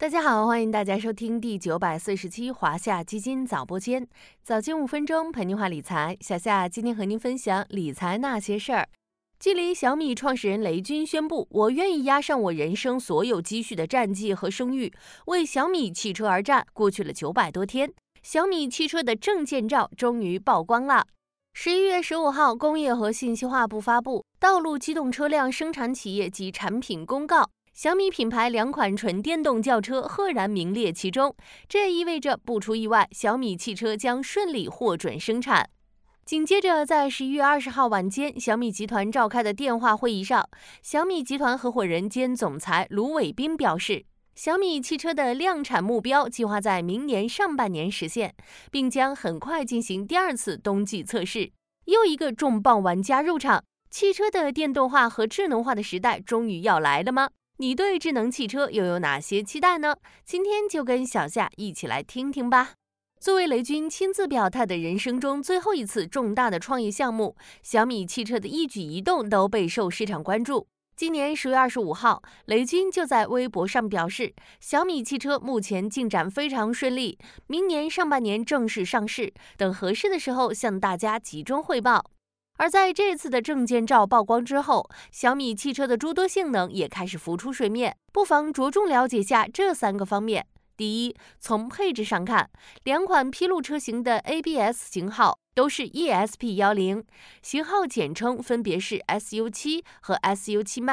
大家好，欢迎大家收听第947华夏基金早播间，早间5分钟陪您话理财。小夏今天和您分享理财那些事儿。距离小米创始人雷军宣布我愿意押上我人生所有积蓄的战绩和声誉，为小米汽车而战，过去了900多天，小米汽车的证件照终于曝光了。11月15号，工业和信息化部发布《道路机动车辆生产企业及产品公告》。小米品牌2款纯电动轿车赫然名列其中，这意味着不出意外，小米汽车将顺利获准生产。紧接着，在11月20号晚间，小米集团召开的电话会议上，小米集团合伙人兼总裁卢伟斌表示，小米汽车的量产目标计划在明年上半年实现，并将很快进行第2次冬季测试。又一个重磅玩家入场，汽车的电动化和智能化的时代终于要来了吗？你对智能汽车又有哪些期待呢？今天就跟小夏一起来听听吧。作为雷军亲自表态的人生中最后一次重大的创业项目，小米汽车的一举一动都备受市场关注。今年10月25号，雷军就在微博上表示，小米汽车目前进展非常顺利，明年上半年正式上市，等合适的时候向大家集中汇报。而在这次的证件照曝光之后，小米汽车的诸多性能也开始浮出水面，不妨着重了解下这3个方面。第一，从配置上看，2款披露车型的 ABS 型号都是 ESP10， 型号简称分别是 SU7 和 SU7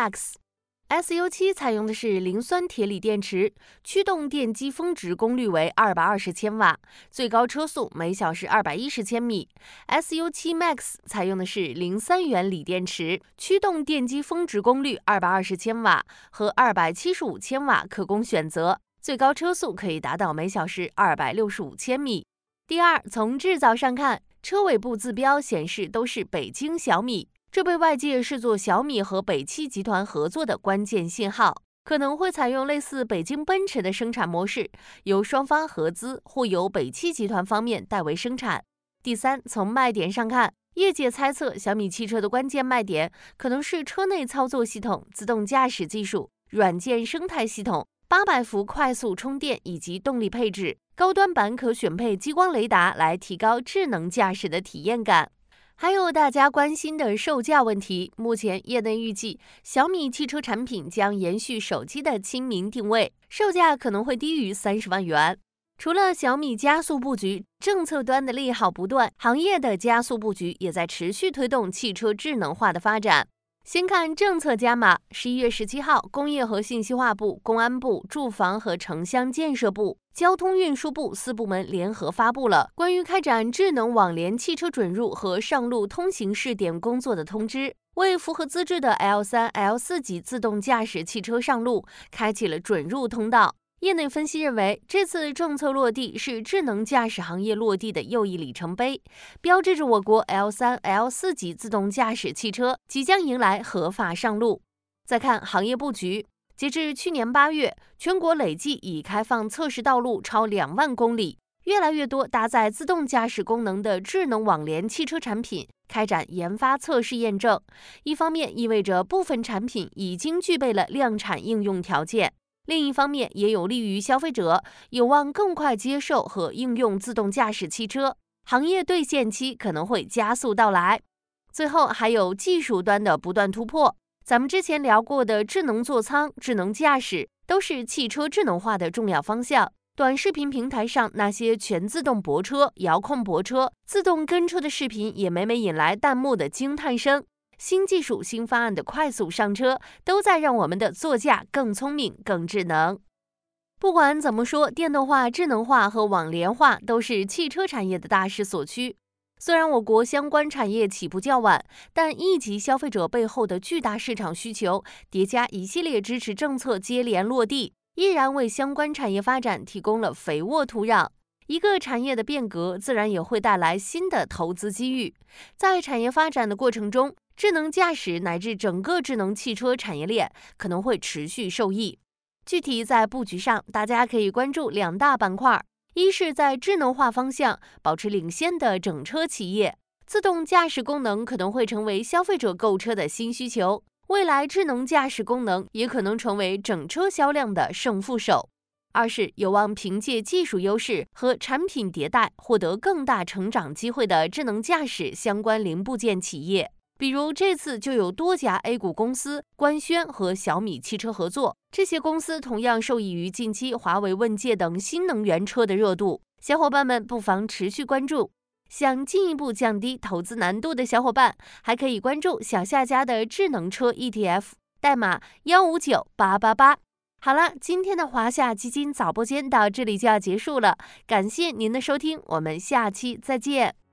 Max。SU7 采用的是磷酸铁锂电池，驱动电机峰值功率为220千瓦，最高车速每小时210千米。SU7 Max 采用的是磷酸元锂电池，驱动电机峰值功率220千瓦和275千瓦可供选择，最高车速可以达到每小时265千米。第二，从制造上看，车尾部字标显示都是北京小米。这被外界视作小米和北汽集团合作的关键信号，可能会采用类似北京奔驰的生产模式，由双方合资或由北汽集团方面代为生产。第三，从卖点上看，业界猜测小米汽车的关键卖点可能是车内操作系统、自动驾驶技术、软件生态系统、800伏快速充电以及动力配置。高端版可选配激光雷达来提高智能驾驶的体验感。还有大家关心的售价问题，目前业内预计小米汽车产品将延续手机的亲民定位，售价可能会低于30万元。除了小米加速布局，政策端的利好不断，行业的加速布局也在持续推动汽车智能化的发展。先看政策加码，11月17号，工业和信息化部、公安部、住房和城乡建设部、交通运输部4部门联合发布了关于开展智能网联汽车准入和上路通行试点工作的通知，为符合资质的 L3、L4 级自动驾驶汽车上路开启了准入通道。业内分析认为，这次政策落地是智能驾驶行业落地的又一里程碑，标志着我国 L3、L4 级自动驾驶汽车即将迎来合法上路。再看行业布局，截至去年8月，全国累计已开放测试道路超2万公里，越来越多搭载自动驾驶功能的智能网联汽车产品开展研发测试验证。一方面意味着部分产品已经具备了量产应用条件，另一方面也有利于消费者有望更快接受和应用自动驾驶汽车，行业兑现期可能会加速到来。最后还有技术端的不断突破，咱们之前聊过的智能座舱、智能驾驶都是汽车智能化的重要方向。短视频平台上那些全自动泊车、遥控泊车、自动跟车的视频也每每引来弹幕的惊叹声。新技术、新方案的快速上车，都在让我们的座驾更聪明、更智能。不管怎么说，电动化、智能化和网联化都是汽车产业的大势所趋。虽然我国相关产业起步较晚，但一级消费者背后的巨大市场需求，叠加一系列支持政策接连落地，依然为相关产业发展提供了肥沃土壤。一个产业的变革，自然也会带来新的投资机遇。在产业发展的过程中，智能驾驶乃至整个智能汽车产业链可能会持续受益。具体在布局上，大家可以关注2大板块，一是在智能化方向保持领先的整车企业，自动驾驶功能可能会成为消费者购车的新需求，未来智能驾驶功能也可能成为整车销量的胜负手。 二是有望凭借技术优势和产品迭代获得更大成长机会的智能驾驶相关零部件企业。比如这次就有多家 A 股公司官宣和小米汽车合作，这些公司同样受益于近期华为问界等新能源车的热度，小伙伴们不妨持续关注。想进一步降低投资难度的小伙伴，还可以关注小夏家的智能车 ETF， 代码159888。好了，今天的华夏基金早播间到这里就要结束了，感谢您的收听，我们下期再见。